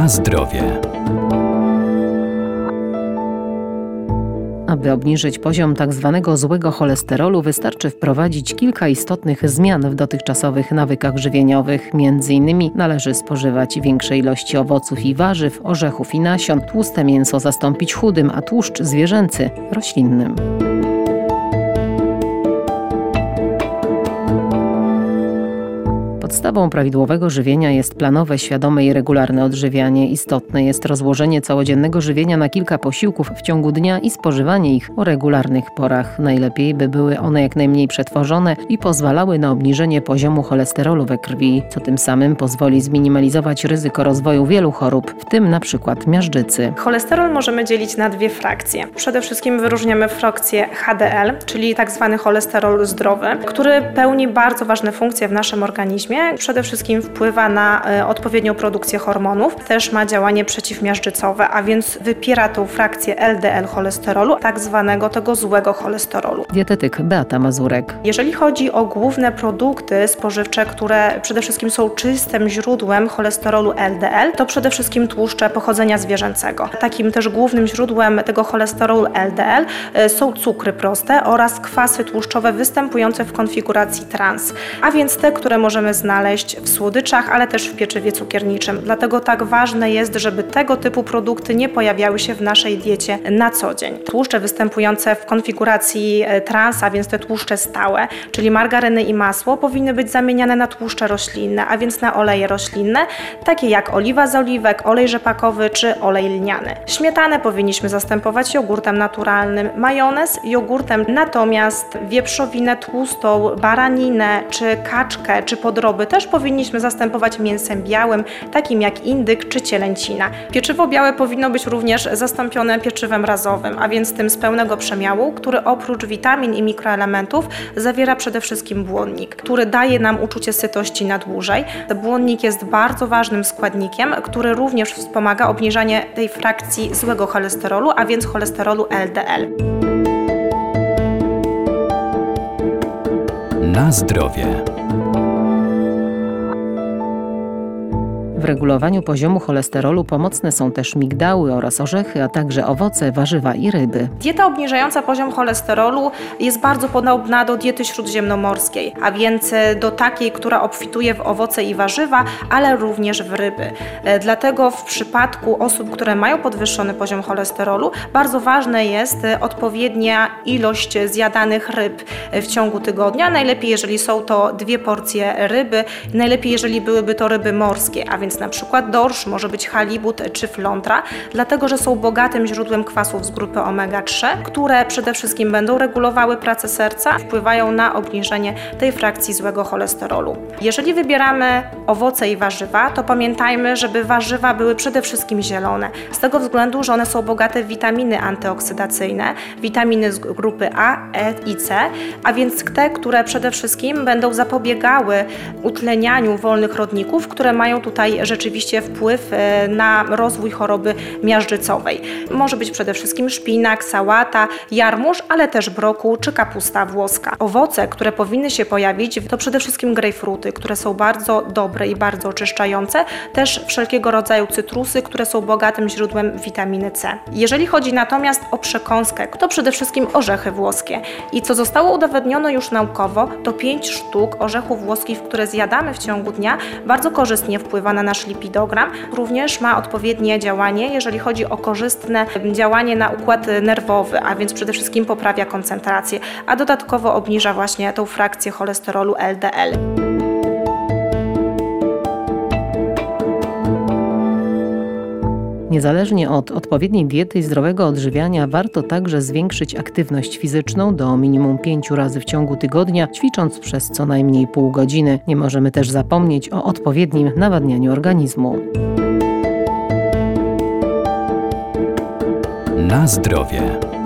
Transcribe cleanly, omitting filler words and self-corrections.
Na zdrowie. Aby obniżyć poziom tzw. złego cholesterolu, wystarczy wprowadzić kilka istotnych zmian w dotychczasowych nawykach żywieniowych. Między innymi należy spożywać większe ilości owoców i warzyw, orzechów i nasion, tłuste mięso zastąpić chudym, a tłuszcz zwierzęcy roślinnym. Podstawą prawidłowego żywienia jest planowe, świadome i regularne odżywianie. Istotne jest rozłożenie całodziennego żywienia na kilka posiłków w ciągu dnia i spożywanie ich o regularnych porach. Najlepiej, by były one jak najmniej przetworzone i pozwalały na obniżenie poziomu cholesterolu we krwi, co tym samym pozwoli zminimalizować ryzyko rozwoju wielu chorób, w tym np. miażdżycy. Cholesterol możemy dzielić na dwie frakcje. Przede wszystkim wyróżniamy frakcję HDL, czyli tzw. cholesterol zdrowy, który pełni bardzo ważne funkcje w naszym organizmie. Przede wszystkim wpływa na odpowiednią produkcję hormonów, też ma działanie przeciwmiażdżycowe, a więc wypiera tą frakcję LDL cholesterolu, tak zwanego tego złego cholesterolu. Dietetyk Beata Mazurek. Jeżeli chodzi o główne produkty spożywcze, które przede wszystkim są czystym źródłem cholesterolu LDL, to przede wszystkim tłuszcze pochodzenia zwierzęcego. Takim też głównym źródłem tego cholesterolu LDL są cukry proste oraz kwasy tłuszczowe występujące w konfiguracji trans, a więc te, które możemy znaleźć w słodyczach, ale też w pieczywie cukierniczym. Dlatego tak ważne jest, żeby tego typu produkty nie pojawiały się w naszej diecie na co dzień. Tłuszcze występujące w konfiguracji trans, a więc te tłuszcze stałe, czyli margaryny i masło, powinny być zamieniane na tłuszcze roślinne, a więc na oleje roślinne, takie jak oliwa z oliwek, olej rzepakowy czy olej lniany. Śmietanę powinniśmy zastępować jogurtem naturalnym, majonez jogurtem, natomiast wieprzowinę tłustą, baraninę czy kaczkę czy podroby też powinniśmy zastępować mięsem białym, takim jak indyk czy cielęcina. Pieczywo białe powinno być również zastąpione pieczywem razowym, a więc tym z pełnego przemiału, który oprócz witamin i mikroelementów zawiera przede wszystkim błonnik, który daje nam uczucie sytości na dłużej. Błonnik jest bardzo ważnym składnikiem, który również wspomaga obniżanie tej frakcji złego cholesterolu, a więc cholesterolu LDL. Na zdrowie. W regulowaniu poziomu cholesterolu pomocne są też migdały oraz orzechy, a także owoce, warzywa i ryby. Dieta obniżająca poziom cholesterolu jest bardzo podobna do diety śródziemnomorskiej, a więc do takiej, która obfituje w owoce i warzywa, ale również w ryby. Dlatego w przypadku osób, które mają podwyższony poziom cholesterolu, bardzo ważna jest odpowiednia ilość zjadanych ryb w ciągu tygodnia. Najlepiej, jeżeli są to 2 porcje ryby, najlepiej, jeżeli byłyby to ryby morskie, a więc na przykład dorsz, może być halibut czy flądra, dlatego że są bogatym źródłem kwasów z grupy omega-3, które przede wszystkim będą regulowały pracę serca, wpływają na obniżenie tej frakcji złego cholesterolu. Jeżeli wybieramy owoce i warzywa, to pamiętajmy, żeby warzywa były przede wszystkim zielone, z tego względu, że one są bogate w witaminy antyoksydacyjne, witaminy z grupy A, E i C, a więc te, które przede wszystkim będą zapobiegały utlenianiu wolnych rodników, które mają tutaj rzeczywiście wpływ na rozwój choroby miażdżycowej. Może być przede wszystkim szpinak, sałata, jarmuż, ale też brokuł czy kapusta włoska. Owoce, które powinny się pojawić, to przede wszystkim grejpfruty, które są bardzo dobre i bardzo oczyszczające, też wszelkiego rodzaju cytrusy, które są bogatym źródłem witaminy C. Jeżeli chodzi natomiast o przekąskę, to przede wszystkim orzechy włoskie. I co zostało udowodnione już naukowo, to 5 sztuk orzechów włoskich, które zjadamy w ciągu dnia, bardzo korzystnie wpływa na nasz lipidogram. Również ma odpowiednie działanie, jeżeli chodzi o korzystne działanie na układ nerwowy, a więc przede wszystkim poprawia koncentrację, a dodatkowo obniża właśnie tą frakcję cholesterolu LDL. Niezależnie od odpowiedniej diety i zdrowego odżywiania warto także zwiększyć aktywność fizyczną do minimum 5 razy w ciągu tygodnia, ćwicząc przez co najmniej pół godziny. Nie możemy też zapomnieć o odpowiednim nawadnianiu organizmu. Na zdrowie.